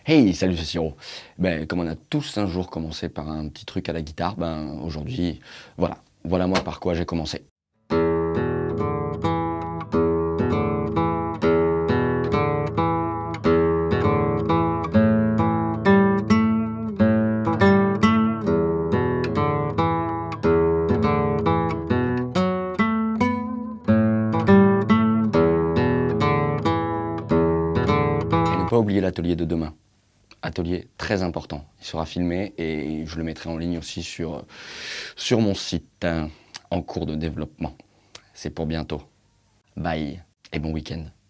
Hey, salut, c'est Siro. Comme on a tous un jour commencé par un petit truc à la guitare, aujourd'hui, voilà moi par quoi j'ai commencé. Et ne pas oublier l'atelier de demain. Atelier très important. Il sera filmé et je le mettrai en ligne aussi sur mon site en cours de développement. C'est pour bientôt. Bye et bon week-end.